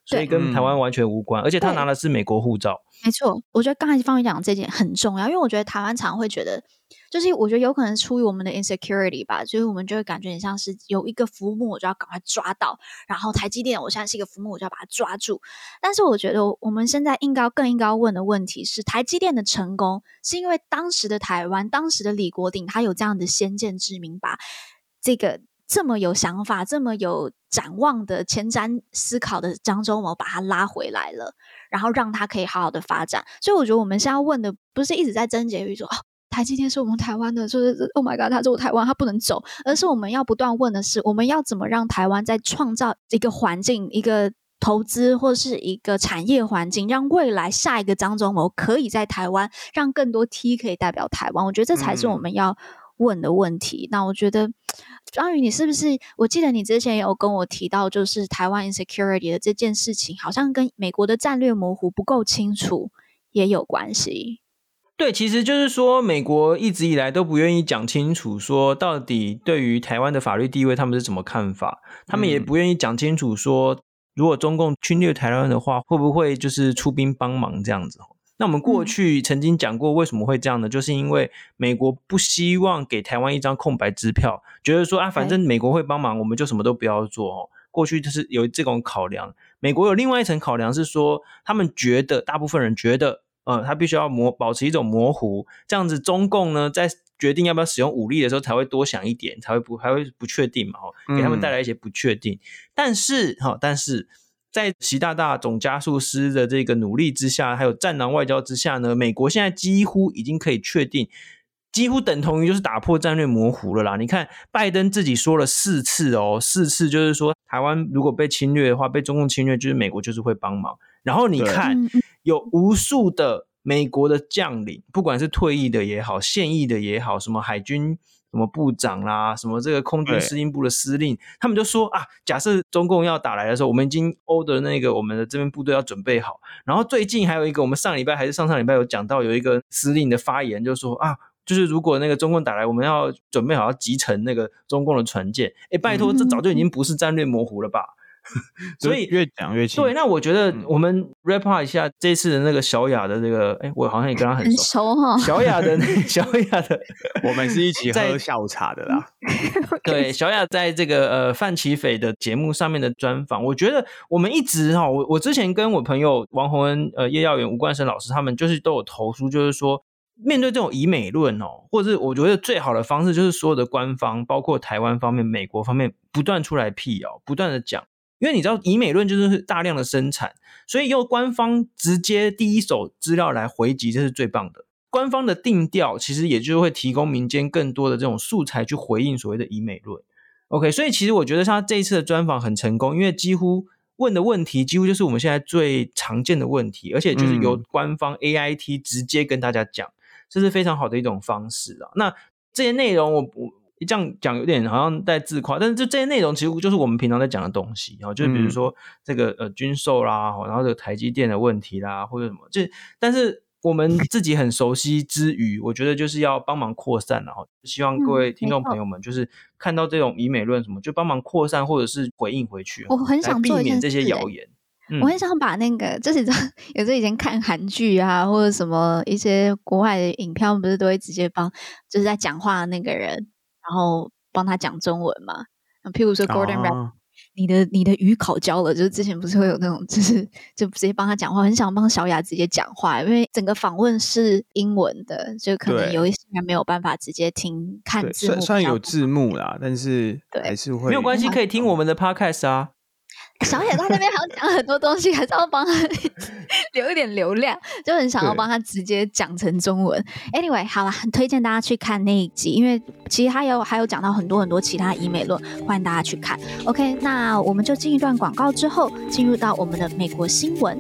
所以跟台湾完全无关，而且他拿的是美国护照。 没错，我觉得刚才方宇讲这点很重要，因为我觉得台湾常会觉得，就是我觉得有可能出于我们的 insecurity 吧，就是我们就会感觉很像是有一个浮木我就要赶快抓到，然后台积电我现在是一个浮木我就要把它抓住。但是我觉得我们现在更应该问的问题是，台积电的成功是因为当时的台湾，当时的李国鼎他有这样的先见之明，把这个这么有想法这么有展望的前瞻思考的张忠谋把他拉回来了，然后让他可以好好的发展。所以我觉得我们现在要问的不是一直在争结于说台积电是我们台湾的，就是 Oh my God 他是我台湾他不能走，而是我们要不断问的是我们要怎么让台湾在创造一个环境，一个投资或是一个产业环境，让未来下一个张忠谋可以在台湾，让更多 T 可以代表台湾。我觉得这才是我们要问的问题。那我觉得张宇你是不是，我记得你之前有跟我提到，就是台湾 insecurity 的这件事情好像跟美国的战略模糊不够清楚也有关系。 对，其实就是说美国一直以来都不愿意讲清楚说到底对于台湾的法律地位他们是怎么看法，他们也不愿意讲清楚说如果中共侵略台湾的话会不会就是出兵帮忙这样子。那我们过去曾经讲过为什么会这样呢，就是因为美国不希望给台湾一张空白支票，觉得说反正美国会帮忙我们就什么都不要做。过去就是有这种考量。美国有另外一层考量是说他们觉得大部分人觉得他必须要保持一种模糊，这样子中共呢在决定要不要使用武力的时候才会多想一点，才会不确定嘛，给他们带来一些不确定。但是在习大大总加速师的这个努力之下，还有战狼外交之下呢，美国现在几乎已经可以确定，几乎等同于就是打破战略模糊了啦。你看拜登自己说了4次4次就是说台湾如果被侵略的话，被中共侵略就是美国就是会帮忙。然后你看有无数的美国的将领，不管是退役的也好，现役的也好，什么海军什么部长啦，什么这个空军司令部的司令，他们就说假设中共要打来的时候，我们已经 order 那个我们的这边部队要准备好。然后最近还有一个，我们上礼拜还是上礼拜有讲到，有一个司令的发言就说就是如果那个中共打来，我们要准备好要击沉那个中共的船舰。拜托，这早就已经不是战略模糊了吧？所以越讲越清。 对，那我觉得我们 wrap up 一下这次的那个小雅的这个，我好像也跟他很熟小雅的我们是一起喝下午茶的啦。 对，小雅在这个范琪斐的节目上面的专访，我觉得我们一直我之前跟我朋友王洪恩、叶耀元、吴冠生老师他们就是都有投书，就是说面对这种以美论或者是我觉得最好的方式就是所有的官方包括台湾方面、美国方面不断出来辟谣，不断的讲。因为你知道以美论就是大量的生产，所以用官方直接第一手资料来回击，这是最棒的。官方的定调其实也就会提供民间更多的这种素材去回应所谓的以美论。 OK， 所以其实我觉得他这一次的专访很成功，因为几乎问的问题几乎就是我们现在最常见的问题，而且就是由官方 AIT 直接跟大家讲，这是非常好的一种方式啊。那这些内容我这样讲有点好像在自夸，但是这些内容其实就是我们平常在讲的东西，就是比如说这个军售啦，然后这个台积电的问题啦，或者什么，但是我们自己很熟悉之余，我觉得就是要帮忙扩散，然后希望各位听众朋友们就是看到这种以美论什么就帮忙扩散或者是回应回去， 我很想做一件事， 来避免这些谣言。 我很想把那个就是有时候以前看韩剧啊或者什么一些国外的影片，不是都会直接帮就是在讲话的那个人然后帮他讲中文嘛，譬如说 Gordon Ramsay，你的语考交了，就是之前不是会有那种就直接帮他讲话，很想帮小雅直接讲话，因为整个访问是英文的，就可能有一些人没有办法直接看字幕， 虽然有字幕啦，但是还是会没有关系，可以听我们的 podcast 啊。 小野在那边还要讲很多东西，还是要帮他留一点流量，就很想要帮他直接讲成中文。Anyway， 好啦，很推荐大家去看那一集，因为其实他还有讲到很多其他以美论，欢迎大家去看。OK， 那我们就进一段广告之后，进入到我们的美国新闻。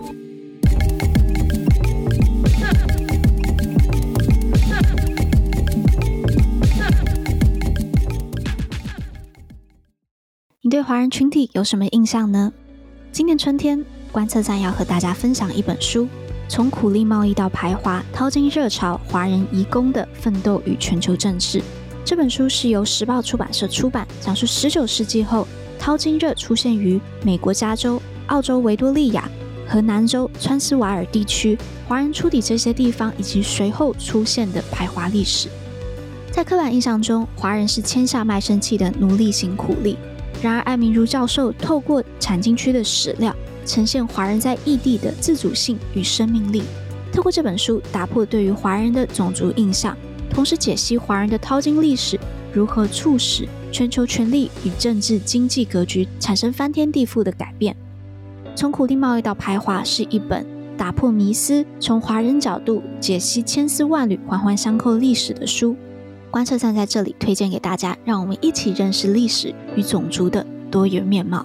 你对华人群体有什么印象呢？今年春天，观测站要和大家分享一本书，从苦力贸易到排华，淘金热潮，华人移工的奋斗与全球政治。这本书是由时报出版社出版，讲述19世纪后淘金热出现于美国加州、 澳洲维多利亚和南州川斯瓦尔地区华人出抵这些地方以及随后出现的排华历史。在刻板印象中，华人是签下卖身契的奴隶型苦力。然而艾明如教授透过产经区的史料，呈现华人在异地的自主性与生命力。透过这本书，打破对于华人的种族印象，同时解析华人的淘金历史如何促使全球权力与政治经济格局产生翻天地覆的改变。从苦力贸易到排华是一本打破迷思，从华人角度解析千丝万缕环环相扣历史的书。观测站在这里推荐给大家，让我们一起认识历史与种族的多元面貌。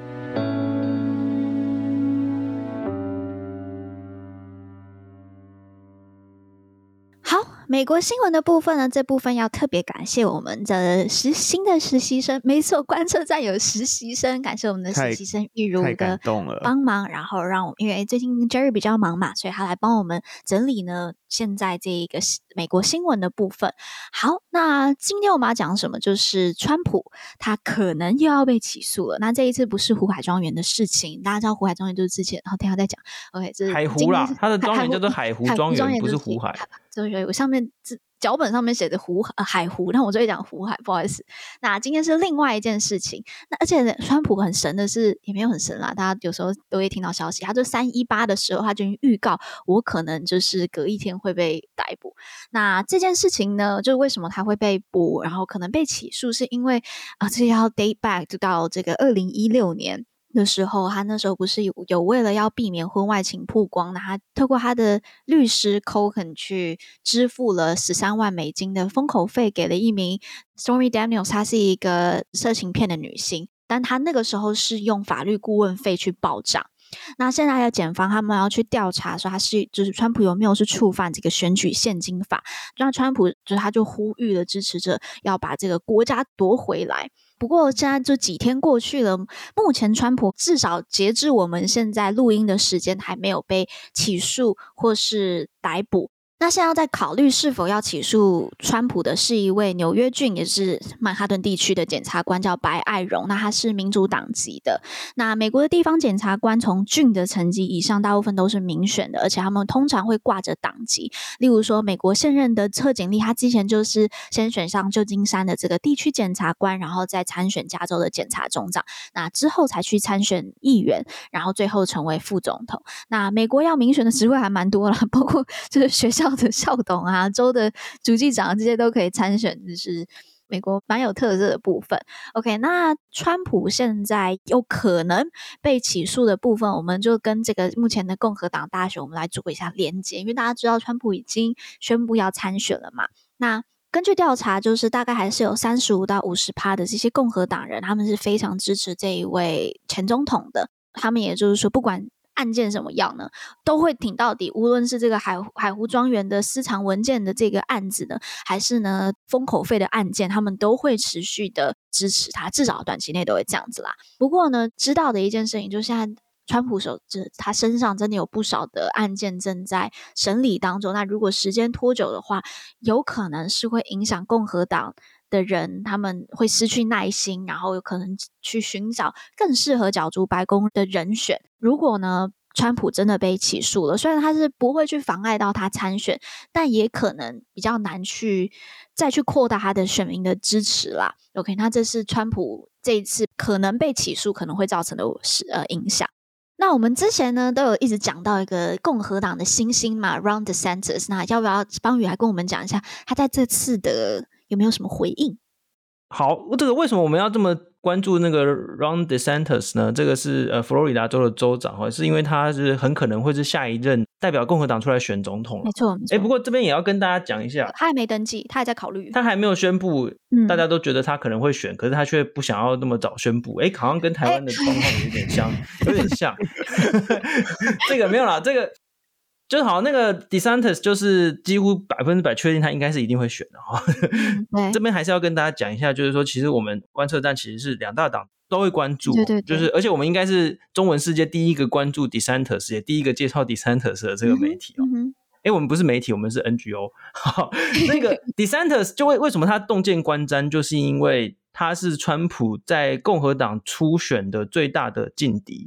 美国新闻的部分呢，这部分要特别感谢我们的新的实习生，没错，观测站有实习生，感谢我们的实习生玉如的帮忙，然后让我因为最近 Jerry 比较忙嘛，所以他来帮我们整理呢现在这一个美国新闻的部分。好，那今天我们要讲什么？就是川普他可能又要被起诉了。那这一次不是胡海庄园的事情，大家知道胡海庄园就是之前，然后等一下再讲。OK， 这是海湖啦，他的庄园叫做海湖庄园，不是湖海。 我上面脚本上面写的海湖，那我就会讲湖海，不好意思。那今天是另外一件事情。那而且川普很神的是，也没有很神啦，大家有时候都会听到消息，他就318的时候他就预告我可能就是隔一天会被逮捕。那这件事情呢，就是为什么他会被捕，然后可能被起诉，是因为这要 date back 到这个2016年的时候，他那时候不是有为了要避免婚外情曝光，那他透过他的律师 Cohen 去支付了13万美金的封口费给了一名 Stormy Daniels， 她是一个色情片的女星，但她那个时候是用法律顾问费去报账。那现在的检方他们要去调查说就是川普有没有是触犯这个选举现金法，让川普他就呼吁了支持者要把这个国家夺回来。不过现在就几天过去了，目前川普至少截至我们现在录音的时间还没有被起诉或是逮捕。那现在在考虑是否要起诉川普的是一位纽约郡，也是曼哈顿地区的检察官，叫白爱荣。那他是民主党籍的。那美国的地方检察官从郡的层级以上大部分都是民选的，而且他们通常会挂着党籍。例如说美国现任的贺锦丽，他之前就是先选上旧金山的这个地区检察官，然后再参选加州的检察总长，那之后才去参选议员，然后最后成为副总统。那美国要民选的职位还蛮多啦，包括就是学校的校董啊，州的主计长这些都可以参选，就是美国蛮有特色的部分。 OK， 那川普现在有可能被起诉的部分，我们就跟这个目前的共和党大选我们来做一下连结，因为大家知道川普已经宣布要参选了嘛。那根据调查，就是大概还是有35%到50%的这些共和党人，他们是非常支持这一位前总统的。他们也就是说不管案件什么样呢，都会挺到底，无论是这个海湖庄园的私藏文件的这个案子呢，还是呢封口费的案件，他们都会持续的支持他，至少短期内都会这样子啦。不过呢，知道的一件事情就是现在川普他身上真的有不少的案件正在审理当中，那如果时间拖久的话，有可能是会影响共和党的人，他们会失去耐心，然后有可能去寻找更适合角逐白宫的人选。如果呢川普真的被起诉了，虽然他是不会去妨碍到他参选，但也可能比较难再去扩大他的选民的支持啦。 OK， 那这是川普这一次可能被起诉可能会造成的影响。那我们之前呢都有一直讲到一个共和党的新星嘛 Ron DeSantis， 那要不要邦宇来跟我们讲一下他在这次的有没有什么回应？ 好，这个为什么我们要这么关注那个 Ron DeSantis 呢？这个是佛罗里达州的州长，是因为他是很可能会是下一任代表共和党出来选总统。 没错。 不过这边也要跟大家讲一下， 他还没登记，他还在考虑， 他还没有宣布，大家都觉得他可能会选，可是他却不想要那么早宣布。好像跟台湾的状况有点像，有点像。这个没有啦，这个就是好，那个 DeSantis 就是几乎100%确定他应该是一定会选的。这边还是要跟大家讲一下，就是说其实我们观测站其实是两大党都会关注， 对， 就是而且我们应该是中文世界第一个关注 DeSantis 也第一个介绍 DeSantis 的这个媒体我们不是媒体，我们是 NGO。 那个 DeSantis 就为什么他洞见观瞻，就是因为他是川普在共和党初选的最大的劲敌。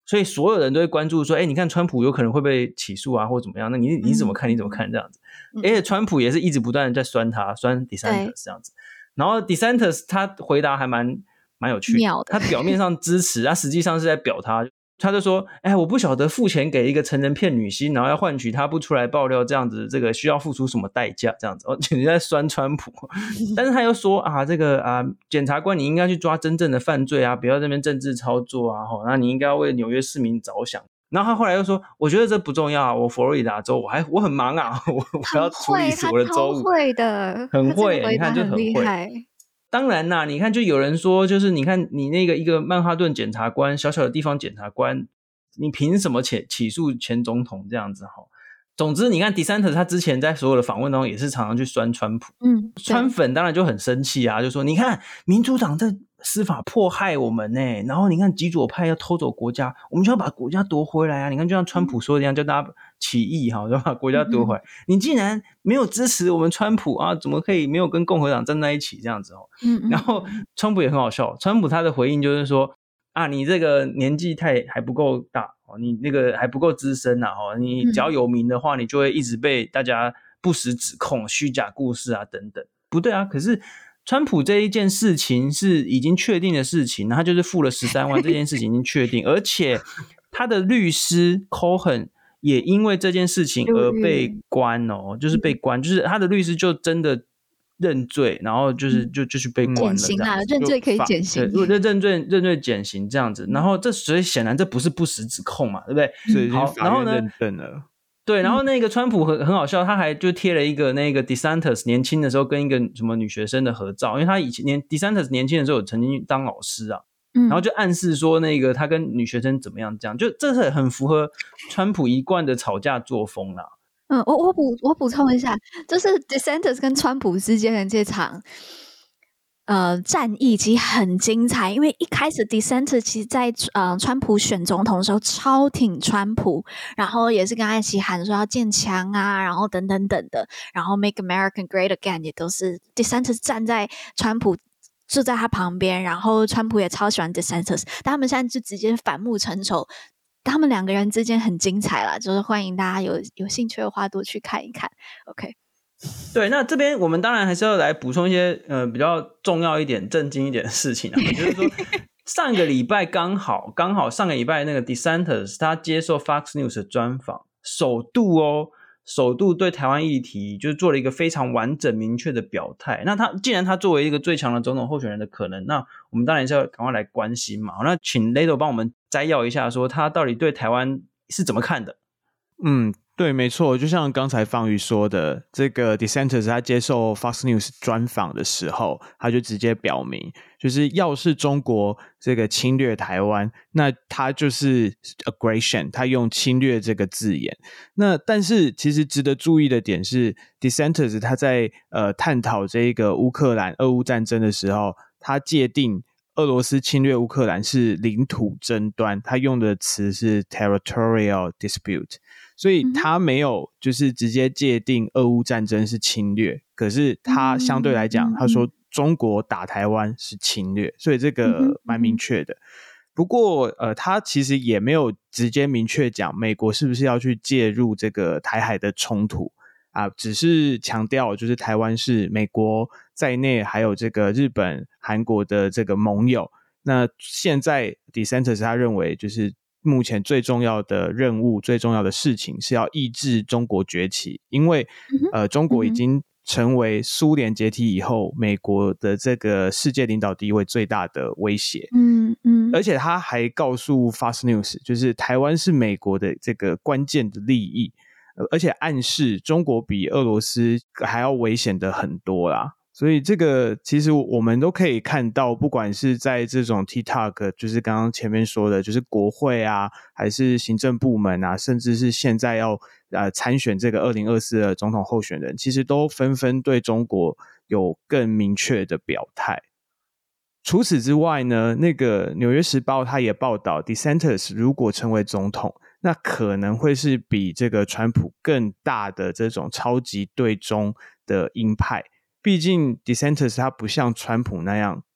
所以所有人都会关注说，你看川普有可能会被起诉啊，或怎么样？那你怎么看？你怎么看这样子？而且川普也是一直不断的在酸DeSantis 这样子。然后 DeSantis 他回答还蛮有趣的，他表面上支持，他实际上是在表他就说，我不晓得付钱给一个成人骗女星，然后要换取他不出来爆料这样子，这个需要付出什么代价这样子，简直在酸川普。但是他又说这个检察官你应该去抓真正的犯罪啊，不要在那边政治操作啊，那你应该要为纽约市民着想。然后他后来又说，我觉得这不重要啊，我佛罗里达州我很忙啊，我要处理死我的州务。 他超会的， 很会，你看就很会。 当然啦，你看就有人说，就是你看你那个一个曼哈顿检察官，小小的地方检察官，你凭什么起诉前总统这样子？总之你看 DeSantis 他之前在所有的访问当中也是常常去酸川普，川粉当然就很生气啊，就说你看民主党在司法迫害我们然后你看极左派要偷走国家，我们就要把国家夺回来啊！你看就像川普说的一样，叫大家起义就把国家夺回来。你竟然没有支持我们川普啊，怎么可以没有跟共和党站在一起这样子然后川普也很好笑，川普他的回应就是说你这个年纪还不够大你那个还不够资深你只要有名的话，你就会一直被大家不实指控、虚假故事啊等等。不对啊，可是川普这一件事情是已经确定的事情，他就是付了13万，这件事情已经确定，而且他的律师 Cohen 也因为这件事情而被关就是被关，就是他的律师就真的认罪，然后就是去被关了， 减刑啦，认罪可以减刑， 我觉得认罪减刑这样子，然后所以显然这不是不实指控嘛，对不对？ 所以法院认证了。 对，然后那个川普很好笑，他还就贴了一个那个 DeSantis 年轻的时候跟一个什么女学生的合照，因为他以前DeSantis 年轻的时候有曾经当老师啊，然后就暗示说那个他跟女学生怎么样这样，就这是很符合川普一贯的吵架作风啦。 我补充一下，就是 DeSantis 跟川普之间的这场战役其实很精彩，因为一开始 DeSantis 其实在川普选总统的时候超挺川普，然后也是跟他一起喊说要建墙啊，然后等等等的，然后 Make America Great Again 也都是 DeSantis 站在川普住在他旁边，然后川普也超喜欢 DeSantis， 但他们现在就直接反目成仇，他们两个人之间很精彩啦，就是欢迎大家有兴趣的话多去看一看。 OK， 对，那这边我们当然还是要来补充一些比较重要一点、震惊一点的事情就是说上个礼拜刚好上个礼拜那个 DeSantis 他接受 Fox News 的专访，首度对台湾议题就是做了一个非常完整明确的表态。那既然他作为一个最强的总统候选人的可能，那我们当然是要赶快来关心嘛。那请 Lado 帮我们摘要一下说他到底对台湾是怎么看的。 对，没错，就像刚才方瑜说的，这个 DeSantis 他接受 Fox News 专访的时候，他就直接表明，就是要是中国这个侵略台湾，那他就是 aggression， 他用侵略这个字眼。那但是其实值得注意的点是 DeSantis 他在探讨这个乌克兰俄乌战争的时候，他界定俄罗斯侵略乌克兰是领土争端，他用的词是 territorial dispute， 所以他没有就是直接界定俄乌战争是侵略，可是他相对来讲他说中国打台湾是侵略，所以这个蛮明确的。不过他其实也没有直接明确讲美国是不是要去介入这个台海的冲突只是强调就是台湾是美国在内还有这个日本韩国的这个盟友。那现在 DeSantis 他认为就是目前最重要的任务最重要的事情是要抑制中国崛起，因为中国已经成为苏联解体以后美国的这个世界领导地位最大的威胁。而且他还告诉 Fox News 就是台湾是美国的这个关键的利益，而且暗示中国比俄罗斯还要危险的很多啦。所以这个其实我们都可以看到，不管是在这种 TikTok 就是刚刚前面说的就是国会还是行政部门甚至是现在要参选这个2024的总统候选人，其实都纷纷对中国有更明确的表态。除此之外呢，那个纽约时报他也报道 DeSantis 如果成为总统，那可能会是比这个川普更大的这种超级对中的鹰派。毕竟 DeSantis 他不像川普那样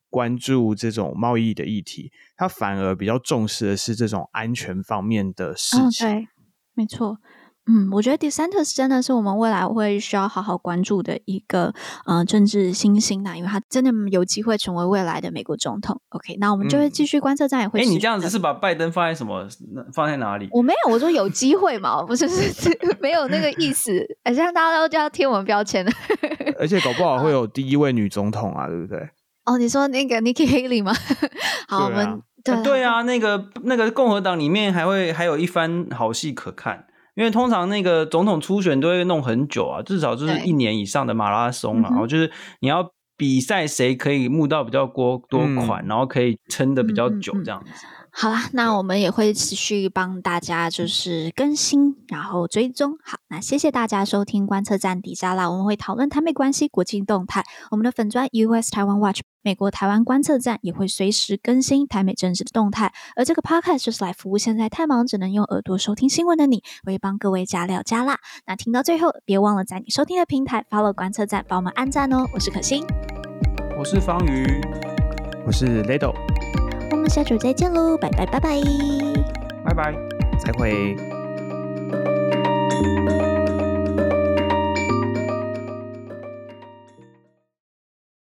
关注这种贸易的议题，他反而比较重视的是这种安全方面的事情。 对，没错。我觉得 DeSantis 真的是我们未来会需要好好关注的一个政治新星因为他真的有机会成为未来的美国总统。OK， 那我们就会继续观测站也会。 你这样子是把拜登放在哪里？ 我没有，我说有机会嘛，不是没有那个意思。现在大家都要贴我们标签了。 而且搞不好会有第一位女总统啊，对不对？ 你说那个 Nikki Haley 吗？好，我们对啊，那个共和党里面还有一番好戏可看。因为通常那个总统初选都会弄很久啊，至少就是1年以上的马拉松啊，然后就是你要比赛谁可以募到比较多款，然后可以撑得比较久这样子。 好啦，那我们也会持续帮大家就是更新，然后追踪。好，那谢谢大家收听观测站底下啦，我们会讨论台美关系、国际动态。我们的粉专 US Taiwan Watch 美国台湾观测站也会随时更新台美政治的动态。而这个 podcast 就是来服务现在太忙只能用耳朵收听新闻的你，我会帮各位加料加辣。那听到最后，别忘了在你收听的平台 follow 观测站，帮我们按赞哦。我是可心， 我是方瑜， 我是 Ledo。 我们下周再见喽，拜拜拜拜， 拜拜， 再会。